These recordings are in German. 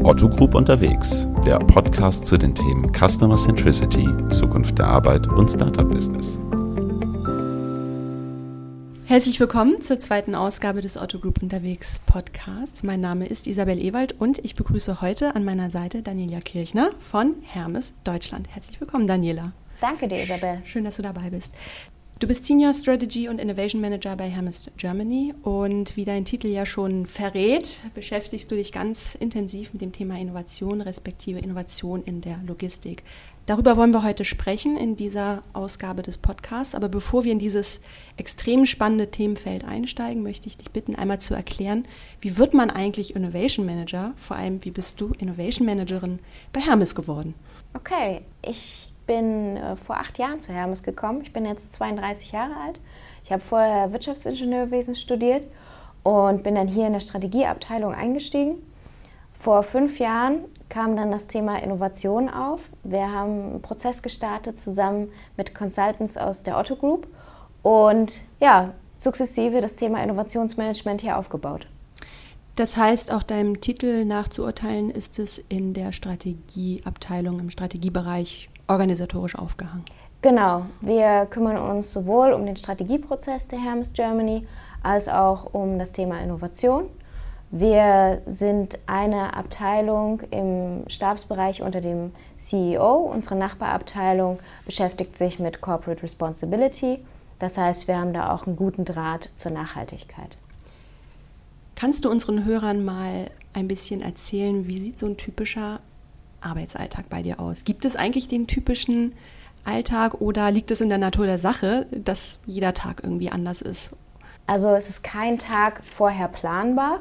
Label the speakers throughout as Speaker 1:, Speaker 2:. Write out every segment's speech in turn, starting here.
Speaker 1: Otto Group unterwegs, der Podcast zu den Themen Customer Centricity, Zukunft der Arbeit und Startup-Business.
Speaker 2: Herzlich willkommen zur zweiten Ausgabe des Otto Group unterwegs Podcasts. Mein Name ist Isabel Ewald und ich begrüße heute an meiner Seite Daniela Kirchner von Hermes Deutschland. Herzlich willkommen, Daniela.
Speaker 3: Danke dir, Isabel.
Speaker 2: Schön, dass du dabei bist. Du bist Senior Strategy und Innovation Manager bei Hermes Germany und wie dein Titel ja schon verrät, beschäftigst du dich ganz intensiv mit dem Thema Innovation, respektive Innovation in der Logistik. Darüber wollen wir heute sprechen in dieser Ausgabe des Podcasts. Aber bevor wir in dieses extrem spannende Themenfeld einsteigen, möchte ich dich bitten, einmal zu erklären, wie wird man eigentlich Innovation Manager? Vor allem, wie bist du Innovation Managerin bei Hermes geworden?
Speaker 3: Okay, ich bin vor 8 Jahren zu Hermes gekommen. Ich bin jetzt 32 Jahre alt. Ich habe vorher Wirtschaftsingenieurwesen studiert und bin dann hier in der Strategieabteilung eingestiegen. Vor 5 Jahren kam dann das Thema Innovation auf. Wir haben einen Prozess gestartet zusammen mit Consultants aus der Otto Group und sukzessive das Thema Innovationsmanagement hier aufgebaut.
Speaker 2: Das heißt, auch deinem Titel nachzuurteilen, ist es in der Strategieabteilung, im Strategiebereich organisatorisch aufgehangen?
Speaker 3: Genau, wir kümmern uns sowohl um den Strategieprozess der Hermes Germany als auch um das Thema Innovation. Wir sind eine Abteilung im Stabsbereich unter dem CEO. Unsere Nachbarabteilung beschäftigt sich mit Corporate Responsibility. Das heißt, wir haben da auch einen guten Draht zur Nachhaltigkeit.
Speaker 2: Kannst du unseren Hörern mal ein bisschen erzählen, wie sieht so ein typischer Arbeitsalltag bei dir aus? Gibt es eigentlich den typischen Alltag oder liegt es in der Natur der Sache, dass jeder Tag irgendwie anders ist?
Speaker 3: Also es ist kein Tag vorher planbar.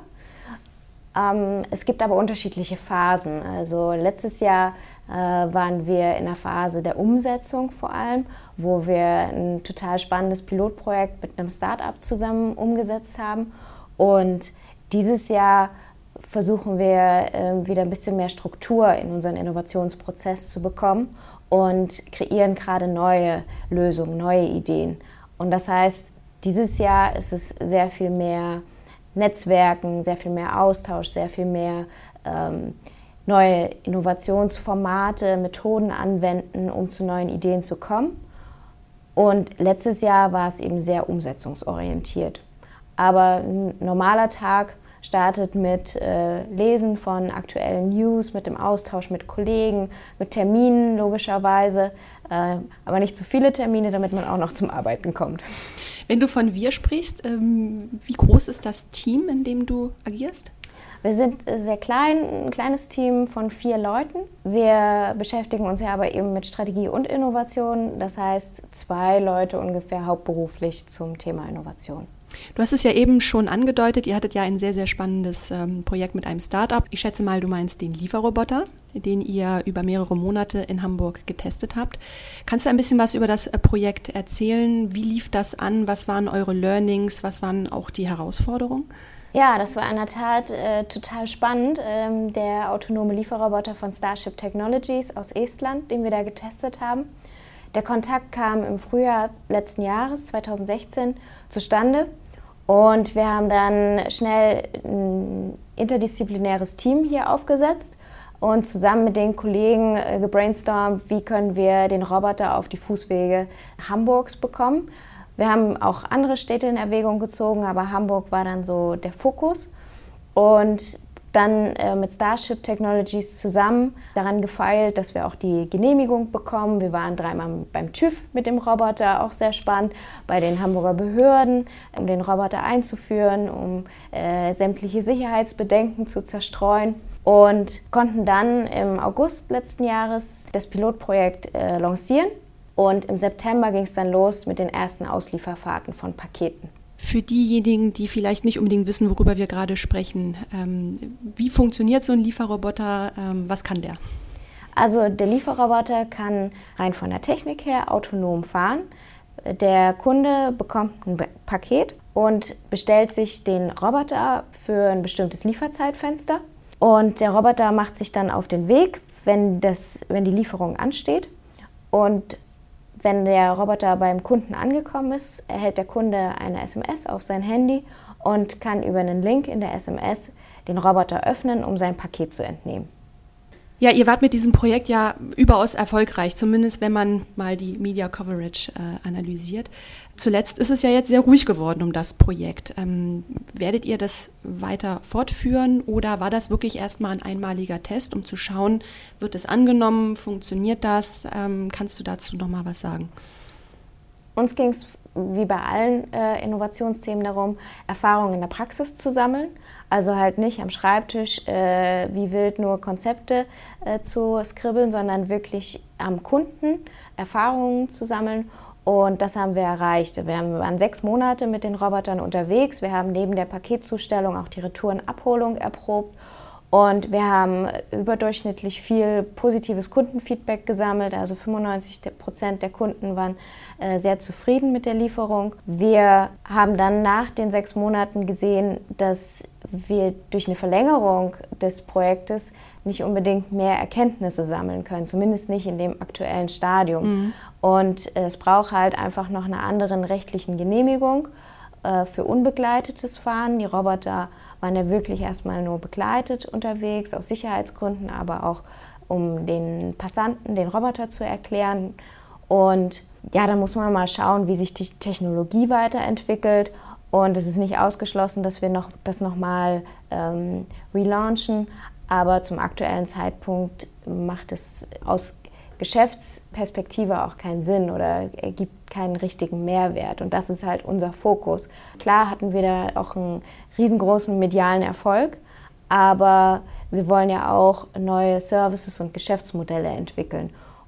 Speaker 3: Es gibt aber unterschiedliche Phasen. Also letztes Jahr waren wir in der Phase der Umsetzung vor allem, wo wir ein total spannendes Pilotprojekt mit einem Start-up zusammen umgesetzt haben. Und dieses Jahr versuchen wir wieder ein bisschen mehr Struktur in unseren Innovationsprozess zu bekommen und kreieren gerade neue Lösungen, neue Ideen. Und das heißt, dieses Jahr ist es sehr viel mehr Netzwerken, sehr viel mehr Austausch, sehr viel mehr neue Innovationsformate, Methoden anwenden, um zu neuen Ideen zu kommen. Und letztes Jahr war es eben sehr umsetzungsorientiert. Aber ein normaler Tag startet mit Lesen von aktuellen News, mit dem Austausch mit Kollegen, mit Terminen logischerweise, aber nicht zu viele Termine, damit man auch noch zum Arbeiten kommt.
Speaker 2: Wenn du von wir sprichst, wie groß ist das Team, in dem du agierst?
Speaker 3: Wir sind sehr klein, ein kleines Team von 4 Leuten. Wir beschäftigen uns ja aber eben mit Strategie und Innovation, das heißt 2 Leute ungefähr hauptberuflich zum Thema Innovation.
Speaker 2: Du hast es ja eben schon angedeutet, ihr hattet ja ein sehr, sehr spannendes Projekt mit einem Start-up. Ich schätze mal, du meinst den Lieferroboter, den ihr über mehrere Monate in Hamburg getestet habt. Kannst du ein bisschen was über das Projekt erzählen? Wie lief das an? Was waren eure Learnings? Was waren auch die Herausforderungen?
Speaker 3: Ja, das war in der Tat total spannend. Der autonome Lieferroboter von Starship Technologies aus Estland, den wir da getestet haben. Der Kontakt kam im Frühjahr letzten Jahres, 2016, zustande. Und wir haben dann schnell ein interdisziplinäres Team hier aufgesetzt und zusammen mit den Kollegen gebrainstormt, wie können wir den Roboter auf die Fußwege Hamburgs bekommen. Wir haben auch andere Städte in Erwägung gezogen, aber Hamburg war dann so der Fokus. Und dann mit Starship Technologies zusammen daran gefeilt, dass wir auch die Genehmigung bekommen. Wir waren 3-mal beim TÜV mit dem Roboter, auch sehr spannend, bei den Hamburger Behörden, um den Roboter einzuführen, um sämtliche Sicherheitsbedenken zu zerstreuen und konnten dann im August letzten Jahres das Pilotprojekt lancieren. Und im September ging es dann los mit den ersten Auslieferfahrten von Paketen.
Speaker 2: Für diejenigen, die vielleicht nicht unbedingt wissen, worüber wir gerade sprechen, wie funktioniert so ein Lieferroboter? Was kann der?
Speaker 3: Also der Lieferroboter kann rein von der Technik her autonom fahren. Der Kunde bekommt ein Paket und bestellt sich den Roboter für ein bestimmtes Lieferzeitfenster. Und der Roboter macht sich dann auf den Weg, wenn die Lieferung ansteht. Und wenn der Roboter beim Kunden angekommen ist, erhält der Kunde eine SMS auf sein Handy und kann über einen Link in der SMS den Roboter öffnen, um sein Paket zu entnehmen.
Speaker 2: Ja, ihr wart mit diesem Projekt ja überaus erfolgreich, zumindest wenn man mal die Media Coverage analysiert. Zuletzt ist es ja jetzt sehr ruhig geworden um das Projekt. Werdet ihr das weiter fortführen oder war das wirklich erstmal ein einmaliger Test, um zu schauen, wird es angenommen, funktioniert das? Kannst du dazu nochmal was sagen?
Speaker 3: Uns ging es wie bei allen Innovationsthemen darum, Erfahrungen in der Praxis zu sammeln. Also halt nicht am Schreibtisch wie wild nur Konzepte zu skribbeln, sondern wirklich am Kunden Erfahrungen zu sammeln. Und das haben wir erreicht. Wir waren 6 Monate mit den Robotern unterwegs. Wir haben neben der Paketzustellung auch die Retourenabholung erprobt. Und wir haben überdurchschnittlich viel positives Kundenfeedback gesammelt. Also 95% der Kunden waren sehr zufrieden mit der Lieferung. Wir haben dann nach den 6 Monaten gesehen, dass wir durch eine Verlängerung des Projektes nicht unbedingt mehr Erkenntnisse sammeln können, zumindest nicht in dem aktuellen Stadium. Mhm. Und es braucht halt einfach noch eine andere rechtlichen Genehmigung für unbegleitetes Fahren. Die Roboter waren ja wirklich erstmal nur begleitet unterwegs, aus Sicherheitsgründen, aber auch um den Passanten den Roboter zu erklären. Und ja, da muss man mal schauen, wie sich die Technologie weiterentwickelt. Und es ist nicht ausgeschlossen, dass wir das nochmal relaunchen. Aber zum aktuellen Zeitpunkt macht es aus Geschäftsperspektive auch keinen Sinn oder ergibt keinen richtigen Mehrwert. Und das ist halt unser Fokus. Klar hatten wir da auch einen riesengroßen medialen Erfolg, aber wir wollen ja auch neue Services und Geschäftsmodelle entwickeln.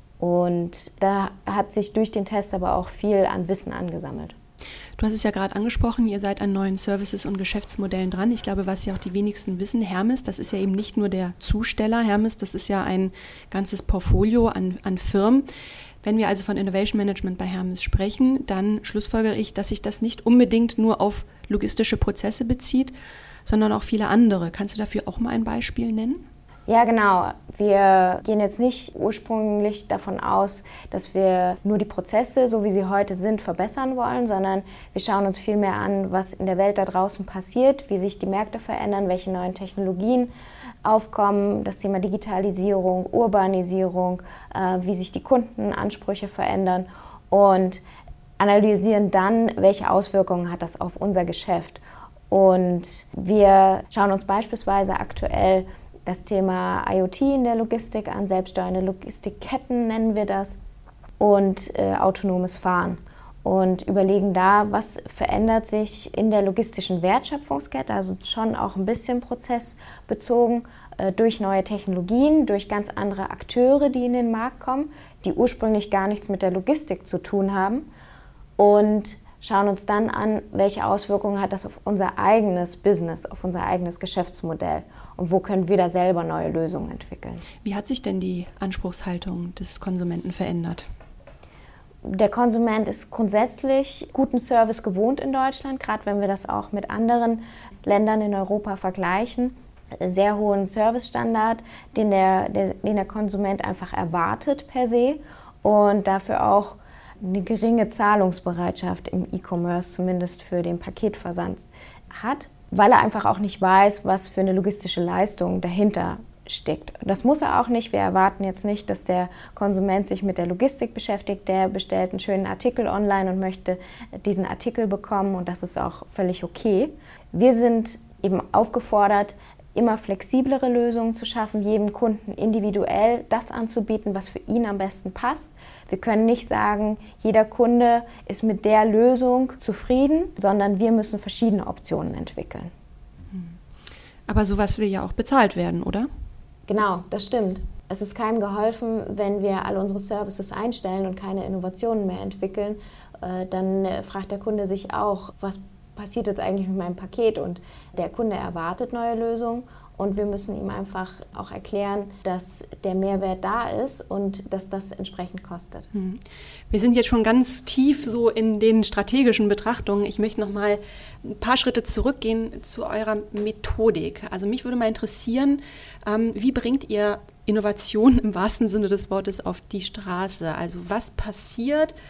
Speaker 3: Und da hat sich durch den Test aber auch viel an Wissen angesammelt.
Speaker 2: Du hast es ja gerade angesprochen, ihr seid an neuen Services und Geschäftsmodellen dran. Ich glaube, was ja auch die wenigsten wissen, Hermes, das ist ja eben nicht nur der Zusteller. Hermes, das ist ja ein ganzes Portfolio an Firmen. Wenn wir also von Innovation Management bei Hermes sprechen, dann schlussfolgere ich, dass sich das nicht unbedingt nur auf logistische Prozesse bezieht, sondern auch viele andere. Kannst du dafür auch mal ein Beispiel nennen?
Speaker 3: Ja, genau. Wir gehen jetzt nicht ursprünglich davon aus, dass wir nur die Prozesse, so wie sie heute sind, verbessern wollen, sondern wir schauen uns vielmehr an, was in der Welt da draußen passiert, wie sich die Märkte verändern, welche neuen Technologien aufkommen, das Thema Digitalisierung, Urbanisierung, wie sich die Kundenansprüche verändern und analysieren dann, welche Auswirkungen hat das auf unser Geschäft. Und wir schauen uns beispielsweise aktuell das Thema IoT in der Logistik an, selbststeuernde Logistikketten nennen wir das, und autonomes Fahren. Und überlegen da, was verändert sich in der logistischen Wertschöpfungskette, also schon auch ein bisschen prozessbezogen, durch neue Technologien, durch ganz andere Akteure, die in den Markt kommen, die ursprünglich gar nichts mit der Logistik zu tun haben. Und schauen uns dann an, welche Auswirkungen hat das auf unser eigenes Business, auf unser eigenes Geschäftsmodell und wo können wir da selber neue Lösungen entwickeln.
Speaker 2: Wie hat sich denn die Anspruchshaltung des Konsumenten verändert?
Speaker 3: Der Konsument ist grundsätzlich guten Service gewohnt in Deutschland, gerade wenn wir das auch mit anderen Ländern in Europa vergleichen. Einen sehr hohen Servicestandard, den der Konsument einfach erwartet per se und dafür auch eine geringe Zahlungsbereitschaft im E-Commerce, zumindest für den Paketversand, hat, weil er einfach auch nicht weiß, was für eine logistische Leistung dahinter steckt. Das muss er auch nicht. Wir erwarten jetzt nicht, dass der Konsument sich mit der Logistik beschäftigt. Der bestellt einen schönen Artikel online und möchte diesen Artikel bekommen und das ist auch völlig okay. Wir sind eben aufgefordert, immer flexiblere Lösungen zu schaffen, jedem Kunden individuell das anzubieten, was für ihn am besten passt. Wir können nicht sagen, jeder Kunde ist mit der Lösung zufrieden, sondern wir müssen verschiedene Optionen entwickeln.
Speaker 2: Aber sowas will ja auch bezahlt werden, oder?
Speaker 3: Genau, das stimmt. Es ist keinem geholfen, wenn wir alle unsere Services einstellen und keine Innovationen mehr entwickeln. Dann fragt der Kunde sich auch, was passiert jetzt eigentlich mit meinem Paket? Und der Kunde erwartet neue Lösungen und wir müssen ihm einfach auch erklären, dass der Mehrwert da ist und dass das entsprechend kostet.
Speaker 2: Wir sind jetzt schon ganz tief so in den strategischen Betrachtungen. Ich möchte noch mal ein paar Schritte zurückgehen zu eurer Methodik. Also mich würde mal interessieren, wie bringt ihr Innovation im wahrsten Sinne des Wortes auf die Straße? Also was passiert,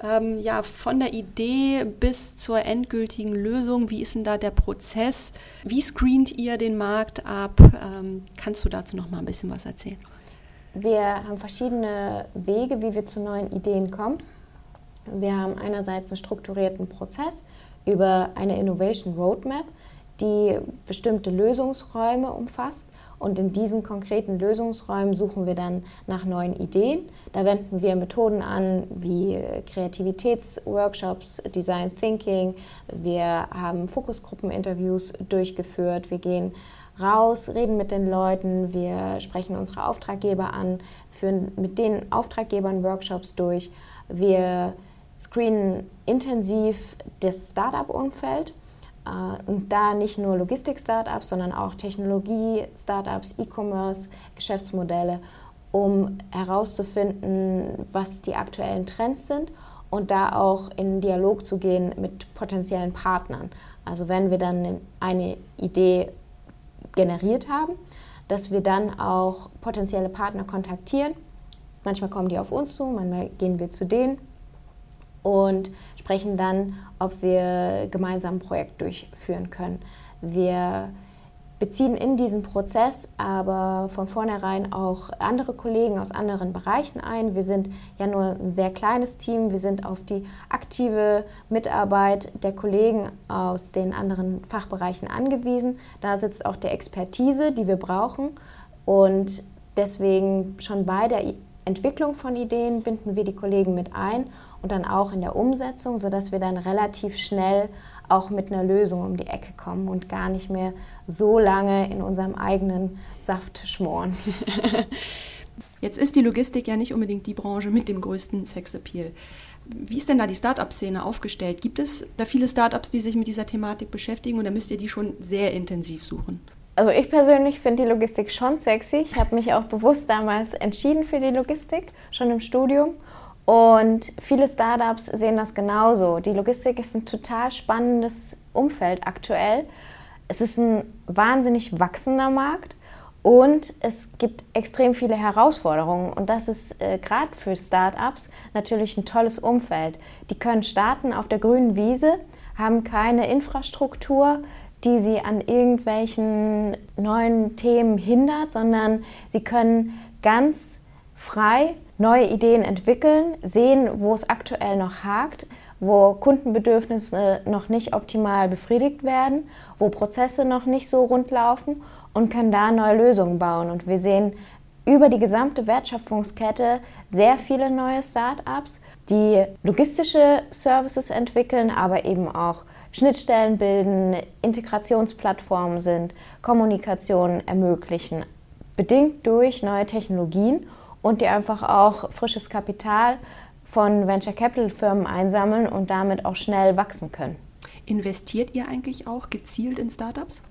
Speaker 2: von der Idee bis zur endgültigen Lösung. Wie ist denn da der Prozess? Wie screent ihr den Markt ab? Kannst du dazu noch mal ein bisschen was erzählen?
Speaker 3: Wir haben verschiedene Wege, wie wir zu neuen Ideen kommen. Wir haben einerseits einen strukturierten Prozess über eine Innovation Roadmap, die bestimmte Lösungsräume umfasst. Und in diesen konkreten Lösungsräumen suchen wir dann nach neuen Ideen. Da wenden wir Methoden an wie Kreativitätsworkshops, Design Thinking. Wir haben Fokusgruppeninterviews durchgeführt. Wir gehen raus, reden mit den Leuten. Wir sprechen unsere Auftraggeber an, führen mit den Auftraggebern Workshops durch. Wir screenen intensiv das Startup-Umfeld. Und da nicht nur Logistik-Startups, sondern auch Technologie-Startups, E-Commerce, Geschäftsmodelle, um herauszufinden, was die aktuellen Trends sind und da auch in Dialog zu gehen mit potenziellen Partnern. Also wenn wir dann eine Idee generiert haben, dass wir dann auch potenzielle Partner kontaktieren. Manchmal kommen die auf uns zu, manchmal gehen wir zu denen und sprechen dann, ob wir gemeinsam ein Projekt durchführen können. Wir beziehen in diesen Prozess aber von vornherein auch andere Kollegen aus anderen Bereichen ein. Wir sind ja nur ein sehr kleines Team. Wir sind auf die aktive Mitarbeit der Kollegen aus den anderen Fachbereichen angewiesen. Da sitzt auch die Expertise, die wir brauchen. Und deswegen schon bei der Entwicklung von Ideen binden wir die Kollegen mit ein und dann auch in der Umsetzung, sodass wir dann relativ schnell auch mit einer Lösung um die Ecke kommen und gar nicht mehr so lange in unserem eigenen Saft schmoren.
Speaker 2: Jetzt ist die Logistik ja nicht unbedingt die Branche mit dem größten Sexappeal. Wie ist denn da die Start-up-Szene aufgestellt? Gibt es da viele Start-ups, die sich mit dieser Thematik beschäftigen, oder müsst ihr die schon sehr intensiv suchen?
Speaker 3: Also ich persönlich finde die Logistik schon sexy. Ich habe mich auch bewusst damals entschieden für die Logistik, schon im Studium. Und viele Startups sehen das genauso. Die Logistik ist ein total spannendes Umfeld aktuell. Es ist ein wahnsinnig wachsender Markt und es gibt extrem viele Herausforderungen. Und das ist gerade für Startups natürlich ein tolles Umfeld. Die können starten auf der grünen Wiese, haben keine Infrastruktur, die sie an irgendwelchen neuen Themen hindert, sondern sie können ganz frei neue Ideen entwickeln, sehen, wo es aktuell noch hakt, wo Kundenbedürfnisse noch nicht optimal befriedigt werden, wo Prozesse noch nicht so rund laufen und können da neue Lösungen bauen. Und wir sehen über die gesamte Wertschöpfungskette sehr viele neue Start-ups, die logistische Services entwickeln, aber eben auch Schnittstellen bilden, Integrationsplattformen sind, Kommunikation ermöglichen, bedingt durch neue Technologien und die einfach auch frisches Kapital von Venture Capital Firmen einsammeln und damit auch schnell wachsen können.
Speaker 2: Investiert ihr eigentlich auch gezielt in Startups?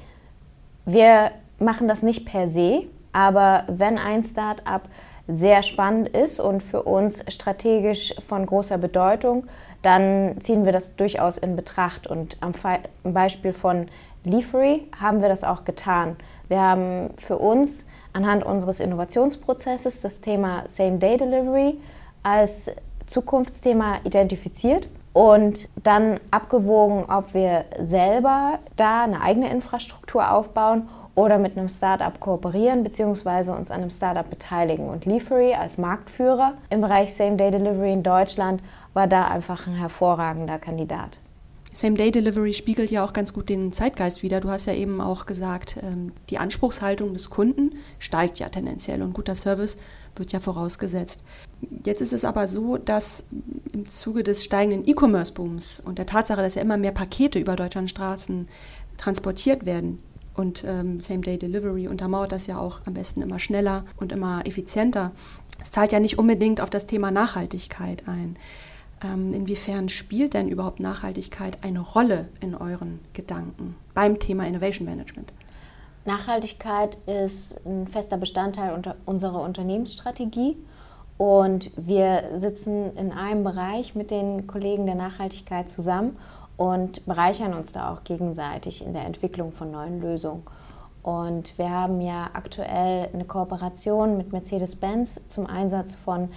Speaker 3: Wir machen das nicht per se, aber wenn ein Startup sehr spannend ist und für uns strategisch von großer Bedeutung, dann ziehen wir das durchaus in Betracht. Und am Beispiel von Leafery haben wir das auch getan. Wir haben für uns anhand unseres Innovationsprozesses das Thema Same-Day-Delivery als Zukunftsthema identifiziert und dann abgewogen, ob wir selber da eine eigene Infrastruktur aufbauen oder mit einem Startup kooperieren bzw. uns an einem Startup beteiligen. Und Leafery als Marktführer im Bereich Same-Day-Delivery in Deutschland war da einfach ein hervorragender Kandidat.
Speaker 2: Same-Day-Delivery spiegelt ja auch ganz gut den Zeitgeist wider. Du hast ja eben auch gesagt, die Anspruchshaltung des Kunden steigt ja tendenziell und guter Service wird ja vorausgesetzt. Jetzt ist es aber so, dass im Zuge des steigenden E-Commerce-Booms und der Tatsache, dass ja immer mehr Pakete über Deutschlands Straßen transportiert werden und Same-Day-Delivery untermauert das ja auch am besten immer schneller und immer effizienter. Es zahlt ja nicht unbedingt auf das Thema Nachhaltigkeit ein. Inwiefern spielt denn überhaupt Nachhaltigkeit eine Rolle in euren Gedanken beim Thema Innovation Management?
Speaker 3: Nachhaltigkeit ist ein fester Bestandteil unserer Unternehmensstrategie und wir sitzen in einem Bereich mit den Kollegen der Nachhaltigkeit zusammen und bereichern uns da auch gegenseitig in der Entwicklung von neuen Lösungen. Und wir haben ja aktuell eine Kooperation mit Mercedes-Benz zum Einsatz von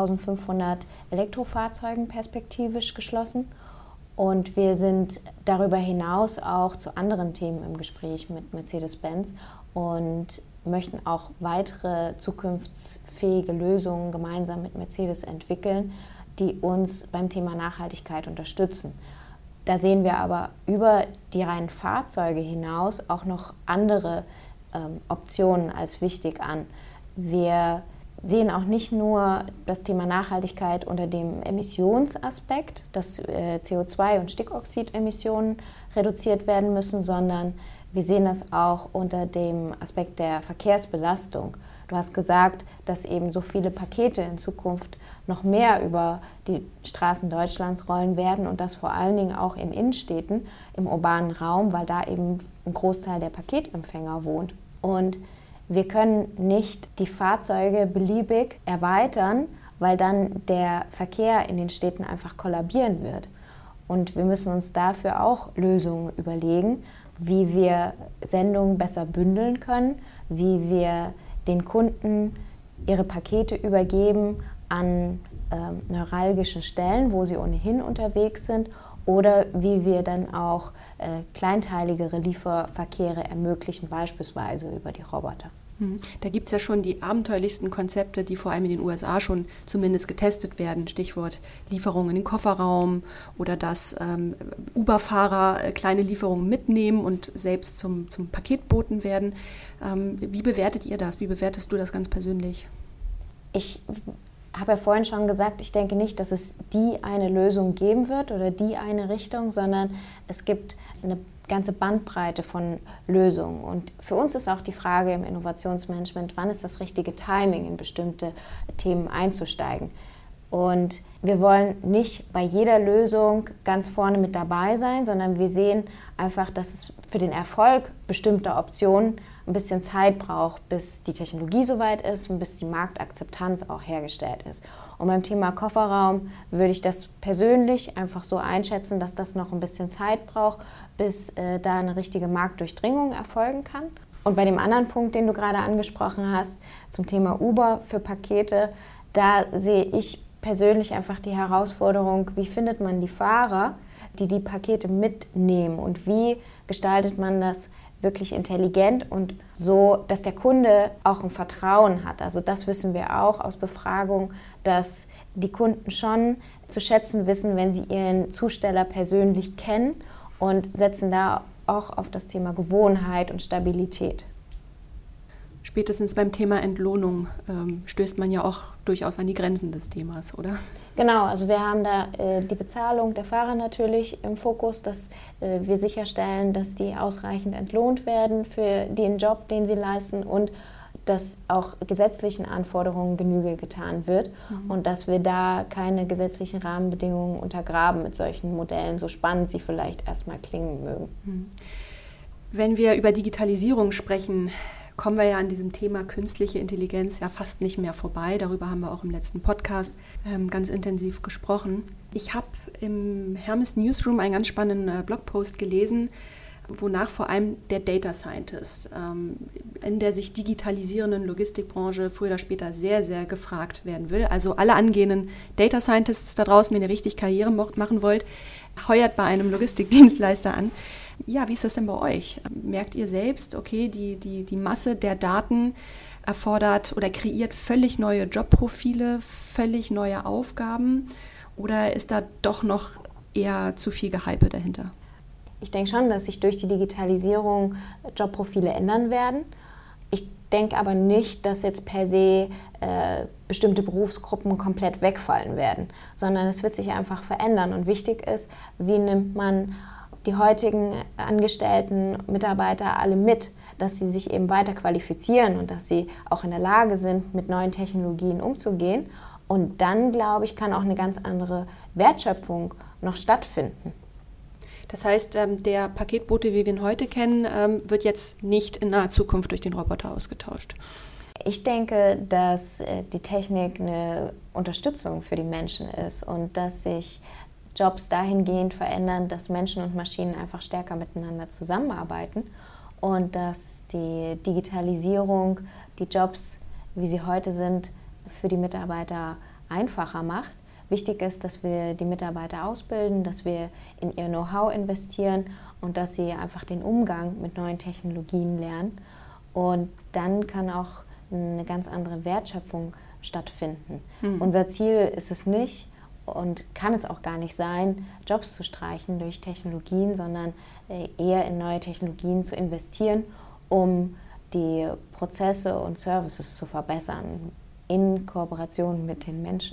Speaker 3: 1500 Elektrofahrzeugen perspektivisch geschlossen. Und wir sind darüber hinaus auch zu anderen Themen im Gespräch mit Mercedes-Benz und möchten auch weitere zukunftsfähige Lösungen gemeinsam mit Mercedes entwickeln, die uns beim Thema Nachhaltigkeit unterstützen. Da sehen wir aber über die reinen Fahrzeuge hinaus auch noch andere Optionen als wichtig an. Wir sehen auch nicht nur das Thema Nachhaltigkeit unter dem Emissionsaspekt, dass CO2- und Stickoxidemissionen reduziert werden müssen, sondern wir sehen das auch unter dem Aspekt der Verkehrsbelastung. Du hast gesagt, dass eben so viele Pakete in Zukunft noch mehr über die Straßen Deutschlands rollen werden und das vor allen Dingen auch in Innenstädten, im urbanen Raum, weil da eben ein Großteil der Paketempfänger wohnt. Und wir können nicht die Fahrzeuge beliebig erweitern, weil dann der Verkehr in den Städten einfach kollabieren wird. Und wir müssen uns dafür auch Lösungen überlegen, wie wir Sendungen besser bündeln können, wie wir den Kunden ihre Pakete übergeben an neuralgischen Stellen, wo sie ohnehin unterwegs sind, oder wie wir dann auch kleinteiligere Lieferverkehre ermöglichen, beispielsweise über die Roboter.
Speaker 2: Da gibt es ja schon die abenteuerlichsten Konzepte, die vor allem in den USA schon zumindest getestet werden. Stichwort Lieferungen in den Kofferraum oder dass Uber-Fahrer kleine Lieferungen mitnehmen und selbst zum Paketboten werden. Wie bewertet ihr das? Wie bewertest du das ganz persönlich?
Speaker 3: Ich habe ja vorhin schon gesagt, ich denke nicht, dass es die eine Lösung geben wird oder die eine Richtung, sondern es gibt eine ganze Bandbreite von Lösungen. Und für uns ist auch die Frage im Innovationsmanagement, wann ist das richtige Timing, in bestimmte Themen einzusteigen. Und wir wollen nicht bei jeder Lösung ganz vorne mit dabei sein, sondern wir sehen einfach, dass es für den Erfolg bestimmter Optionen ein bisschen Zeit braucht, bis die Technologie soweit ist und bis die Marktakzeptanz auch hergestellt ist. Und beim Thema Kofferraum würde ich das persönlich einfach so einschätzen, dass das noch ein bisschen Zeit braucht, bis da eine richtige Marktdurchdringung erfolgen kann. Und bei dem anderen Punkt, den du gerade angesprochen hast, zum Thema Uber für Pakete, da sehe ich persönlich einfach die Herausforderung, wie findet man die Fahrer, die die Pakete mitnehmen und wie gestaltet man das wirklich intelligent und so, dass der Kunde auch ein Vertrauen hat. Also das wissen wir auch aus Befragung, dass die Kunden schon zu schätzen wissen, wenn sie ihren Zusteller persönlich kennen und setzen da auch auf das Thema Gewohnheit und Stabilität.
Speaker 2: Spätestens beim Thema Entlohnung stößt man ja auch durchaus an die Grenzen des Themas, oder?
Speaker 3: Genau, also wir haben da die Bezahlung der Fahrer natürlich im Fokus, dass wir sicherstellen, dass die ausreichend entlohnt werden für den Job, den sie leisten und dass auch gesetzlichen Anforderungen Genüge getan wird und dass wir da keine gesetzlichen Rahmenbedingungen untergraben mit solchen Modellen, so spannend sie vielleicht erstmal klingen mögen.
Speaker 2: Wenn wir über Digitalisierung sprechen, kommen wir ja an diesem Thema künstliche Intelligenz ja fast nicht mehr vorbei. Darüber haben wir auch im letzten Podcast ganz intensiv gesprochen. Ich habe im Hermes Newsroom einen ganz spannenden Blogpost gelesen, wonach vor allem der Data Scientist in der sich digitalisierenden Logistikbranche früher oder später sehr, sehr gefragt werden will. Also alle angehenden Data Scientists da draußen, wenn ihr richtig Karriere machen wollt, heuert bei einem Logistikdienstleister an. Ja, wie ist das denn bei euch? Merkt ihr selbst, okay, die Masse der Daten erfordert oder kreiert völlig neue Jobprofile, völlig neue Aufgaben? Oder ist da doch noch eher zu viel Gehype dahinter?
Speaker 3: Ich denke schon, dass sich durch die Digitalisierung Jobprofile ändern werden. Ich denke aber nicht, dass jetzt per se bestimmte Berufsgruppen komplett wegfallen werden, sondern es wird sich einfach verändern. Und wichtig ist, wie nimmt man die heutigen angestellten Mitarbeiter alle mit, dass sie sich eben weiter qualifizieren und dass sie auch in der Lage sind, mit neuen Technologien umzugehen. Und dann, glaube ich, kann auch eine ganz andere Wertschöpfung noch stattfinden.
Speaker 2: Das heißt, der Paketbote, wie wir ihn heute kennen, wird jetzt nicht in naher Zukunft durch den Roboter ausgetauscht.
Speaker 3: Ich denke, dass die Technik eine Unterstützung für die Menschen ist und dass sich Jobs dahingehend verändern, dass Menschen und Maschinen einfach stärker miteinander zusammenarbeiten und dass die Digitalisierung die Jobs, wie sie heute sind, für die Mitarbeiter einfacher macht. Wichtig ist, dass wir die Mitarbeiter ausbilden, dass wir in ihr Know-how investieren und dass sie einfach den Umgang mit neuen Technologien lernen. Und dann kann auch eine ganz andere Wertschöpfung stattfinden. Unser Ziel ist es nicht und kann es auch gar nicht sein, Jobs zu streichen durch Technologien, sondern eher in neue Technologien zu investieren, um die Prozesse und Services zu verbessern in Kooperation mit den Menschen.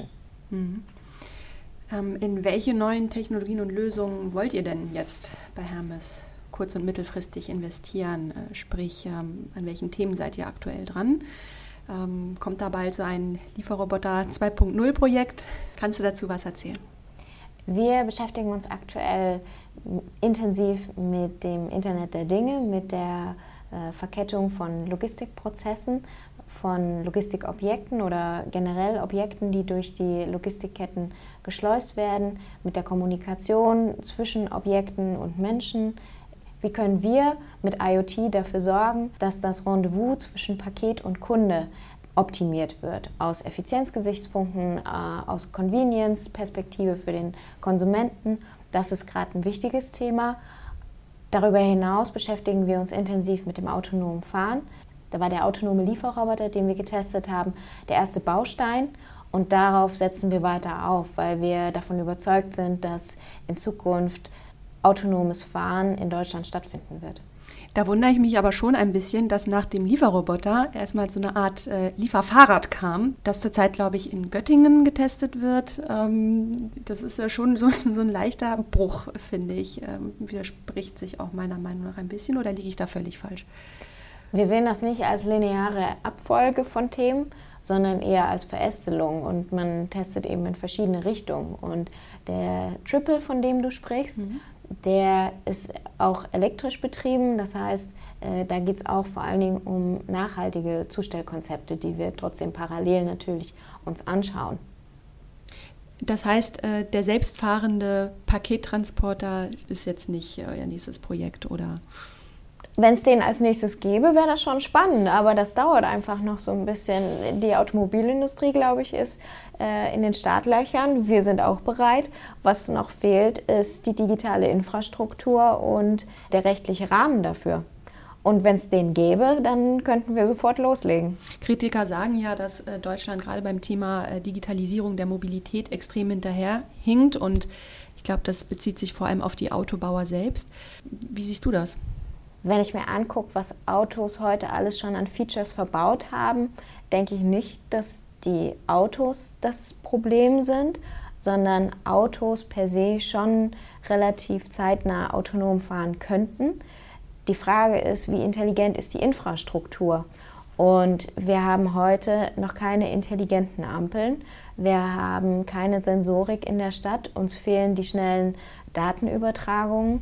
Speaker 2: In welche neuen Technologien und Lösungen wollt ihr denn jetzt bei Hermes kurz- und mittelfristig investieren? Sprich, an welchen Themen seid ihr aktuell dran? Kommt da bald so ein Lieferroboter 2.0 Projekt? Kannst du dazu was erzählen?
Speaker 3: Wir beschäftigen uns aktuell intensiv mit dem Internet der Dinge, mit der Verkettung von Logistikprozessen, von Logistikobjekten oder generell Objekten, die durch die Logistikketten geschleust werden, mit der Kommunikation zwischen Objekten und Menschen. Wie können wir mit IoT dafür sorgen, dass das Rendezvous zwischen Paket und Kunde optimiert wird? Aus Effizienzgesichtspunkten, aus Convenience-Perspektive für den Konsumenten. Das ist gerade ein wichtiges Thema. Darüber hinaus beschäftigen wir uns intensiv mit dem autonomen Fahren. Da war der autonome Lieferroboter, den wir getestet haben, der erste Baustein. Und darauf setzen wir weiter auf, weil wir davon überzeugt sind, dass in Zukunft autonomes Fahren in Deutschland stattfinden wird.
Speaker 2: Da wundere ich mich aber schon ein bisschen, dass nach dem Lieferroboter erstmal so eine Art Lieferfahrrad kam, das zurzeit, glaube ich, in Göttingen getestet wird. Das ist ja schon so ein leichter Bruch, finde ich. Widerspricht sich auch meiner Meinung nach ein bisschen, oder liege ich da völlig falsch?
Speaker 3: Wir sehen das nicht als lineare Abfolge von Themen, sondern eher als Verästelung, und man testet eben in verschiedene Richtungen. Und der Triple, von dem du sprichst, der ist auch elektrisch betrieben. Das heißt, da geht es auch vor allen Dingen um nachhaltige Zustellkonzepte, die wir trotzdem parallel natürlich uns anschauen.
Speaker 2: Das heißt, der selbstfahrende Pakettransporter ist jetzt nicht euer nächstes Projekt, oder?
Speaker 3: Wenn es den als nächstes gäbe, wäre das schon spannend, aber das dauert einfach noch so ein bisschen. Die Automobilindustrie, glaube ich, ist in den Startlöchern. Wir sind auch bereit. Was noch fehlt, ist die digitale Infrastruktur und der rechtliche Rahmen dafür. Und wenn es den gäbe, dann könnten wir sofort loslegen.
Speaker 2: Kritiker sagen ja, dass Deutschland gerade beim Thema Digitalisierung der Mobilität extrem hinterherhinkt, und ich glaube, das bezieht sich vor allem auf die Autobauer selbst. Wie siehst du das?
Speaker 3: Wenn ich mir angucke, was Autos heute alles schon an Features verbaut haben, denke ich nicht, dass die Autos das Problem sind, sondern Autos per se schon relativ zeitnah autonom fahren könnten. Die Frage ist, wie intelligent ist die Infrastruktur? Und wir haben heute noch keine intelligenten Ampeln. Wir haben keine Sensorik in der Stadt. Uns fehlen die schnellen Datenübertragungen,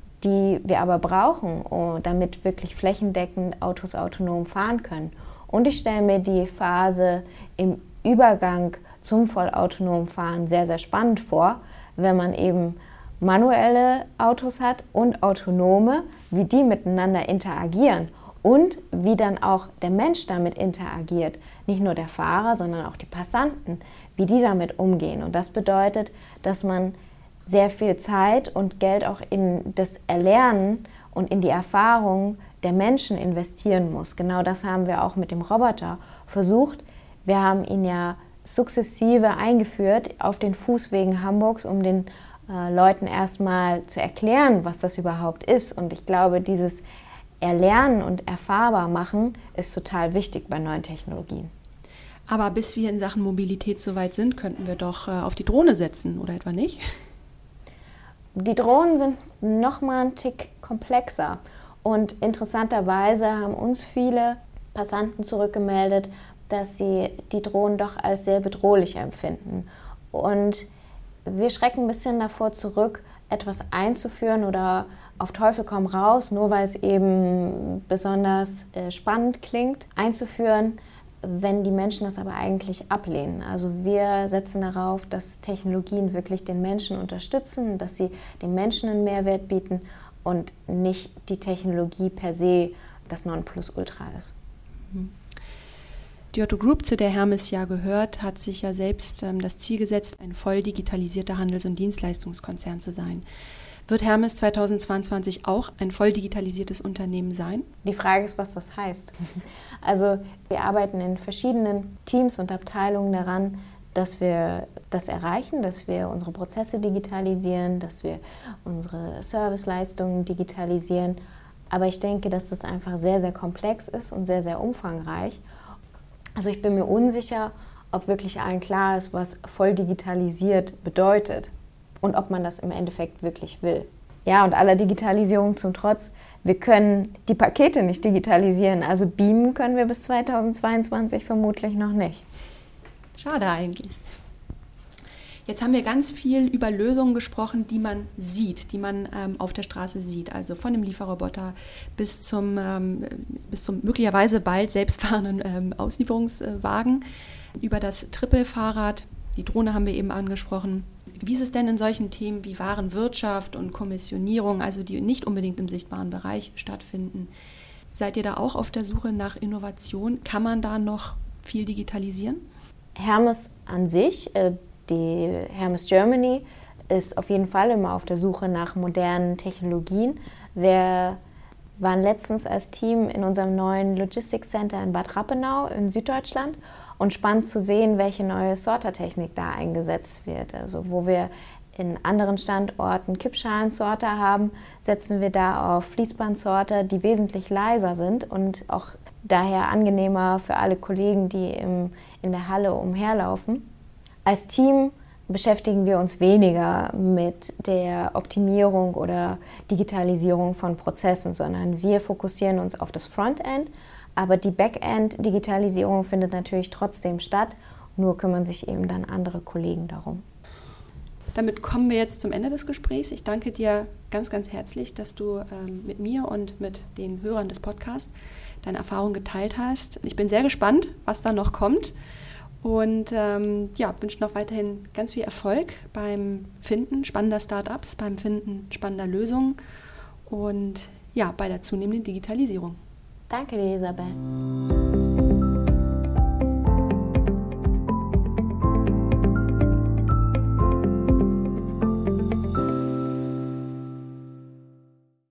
Speaker 3: die wir aber brauchen, damit wirklich flächendeckend Autos autonom fahren können. Und ich stelle mir die Phase im Übergang zum vollautonomen Fahren sehr, sehr spannend vor, wenn man eben manuelle Autos hat und autonome, wie die miteinander interagieren und wie dann auch der Mensch damit interagiert. Nicht nur der Fahrer, sondern auch die Passanten, wie die damit umgehen. Und das bedeutet, dass man sehr viel Zeit und Geld auch in das Erlernen und in die Erfahrung der Menschen investieren muss. Genau das haben wir auch mit dem Roboter versucht. Wir haben ihn ja sukzessive eingeführt auf den Fußwegen Hamburgs, um den Leuten erstmal zu erklären, was das überhaupt ist. Und ich glaube, dieses Erlernen und erfahrbar machen ist total wichtig bei neuen Technologien.
Speaker 2: Aber bis wir in Sachen Mobilität so weit sind, könnten wir doch auf die Drohne setzen, oder etwa nicht?
Speaker 3: Die Drohnen sind noch mal einen Tick komplexer, und interessanterweise haben uns viele Passanten zurückgemeldet, dass sie die Drohnen doch als sehr bedrohlich empfinden. Und wir schrecken ein bisschen davor zurück, etwas einzuführen oder auf Teufel komm raus, nur weil es eben besonders spannend klingt, einzuführen, wenn die Menschen das aber eigentlich ablehnen. Also wir setzen darauf, dass Technologien wirklich den Menschen unterstützen, dass sie dem Menschen einen Mehrwert bieten und nicht die Technologie per se das Nonplusultra ist.
Speaker 2: Die Otto Group, zu der Hermes ja gehört, hat sich ja selbst das Ziel gesetzt, ein voll digitalisierter Handels- und Dienstleistungskonzern zu sein. Wird Hermes 2022 auch ein voll digitalisiertes Unternehmen sein?
Speaker 3: Die Frage ist, was das heißt. Also wir arbeiten in verschiedenen Teams und Abteilungen daran, dass wir das erreichen, dass wir unsere Prozesse digitalisieren, dass wir unsere Serviceleistungen digitalisieren. Aber ich denke, dass das einfach sehr, sehr komplex ist und sehr, sehr umfangreich. Also ich bin mir unsicher, ob wirklich allen klar ist, was voll digitalisiert bedeutet und ob man das im Endeffekt wirklich will. Ja, und aller Digitalisierung zum Trotz, wir können die Pakete nicht digitalisieren, also beamen können wir bis 2022 vermutlich noch nicht.
Speaker 2: Schade eigentlich. Jetzt haben wir ganz viel über Lösungen gesprochen, die man sieht, die man auf der Straße sieht. Also von dem Lieferroboter bis zum möglicherweise bald selbstfahrenden Auslieferungswagen, über das Trippelfahrrad, die Drohne haben wir eben angesprochen. Wie ist es denn in solchen Themen wie Warenwirtschaft und Kommissionierung, also die nicht unbedingt im sichtbaren Bereich stattfinden? Seid ihr da auch auf der Suche nach Innovation? Kann man da noch viel digitalisieren?
Speaker 3: Hermes an sich, die Hermes Germany, ist auf jeden Fall immer auf der Suche nach modernen Technologien. Wir waren letztens als Team in unserem neuen Logistics Center in Bad Rappenau in Süddeutschland und spannend zu sehen, welche neue Sortertechnik da eingesetzt wird. Also wo wir in anderen Standorten Kippschalensorter haben, setzen wir da auf Fließbandsorter, die wesentlich leiser sind und auch daher angenehmer für alle Kollegen, die in der Halle umherlaufen. Als Team beschäftigen wir uns weniger mit der Optimierung oder Digitalisierung von Prozessen, sondern wir fokussieren uns auf das Frontend, aber die Backend-Digitalisierung findet natürlich trotzdem statt, nur kümmern sich eben dann andere Kollegen darum.
Speaker 2: Damit kommen wir jetzt zum Ende des Gesprächs. Ich danke dir ganz, ganz herzlich, dass du mit mir und mit den Hörern des Podcasts deine Erfahrungen geteilt hast. Ich bin sehr gespannt, was da noch kommt und wünsche noch weiterhin ganz viel Erfolg beim Finden spannender Startups, beim Finden spannender Lösungen und bei der zunehmenden Digitalisierung.
Speaker 3: Danke dir, Isabel.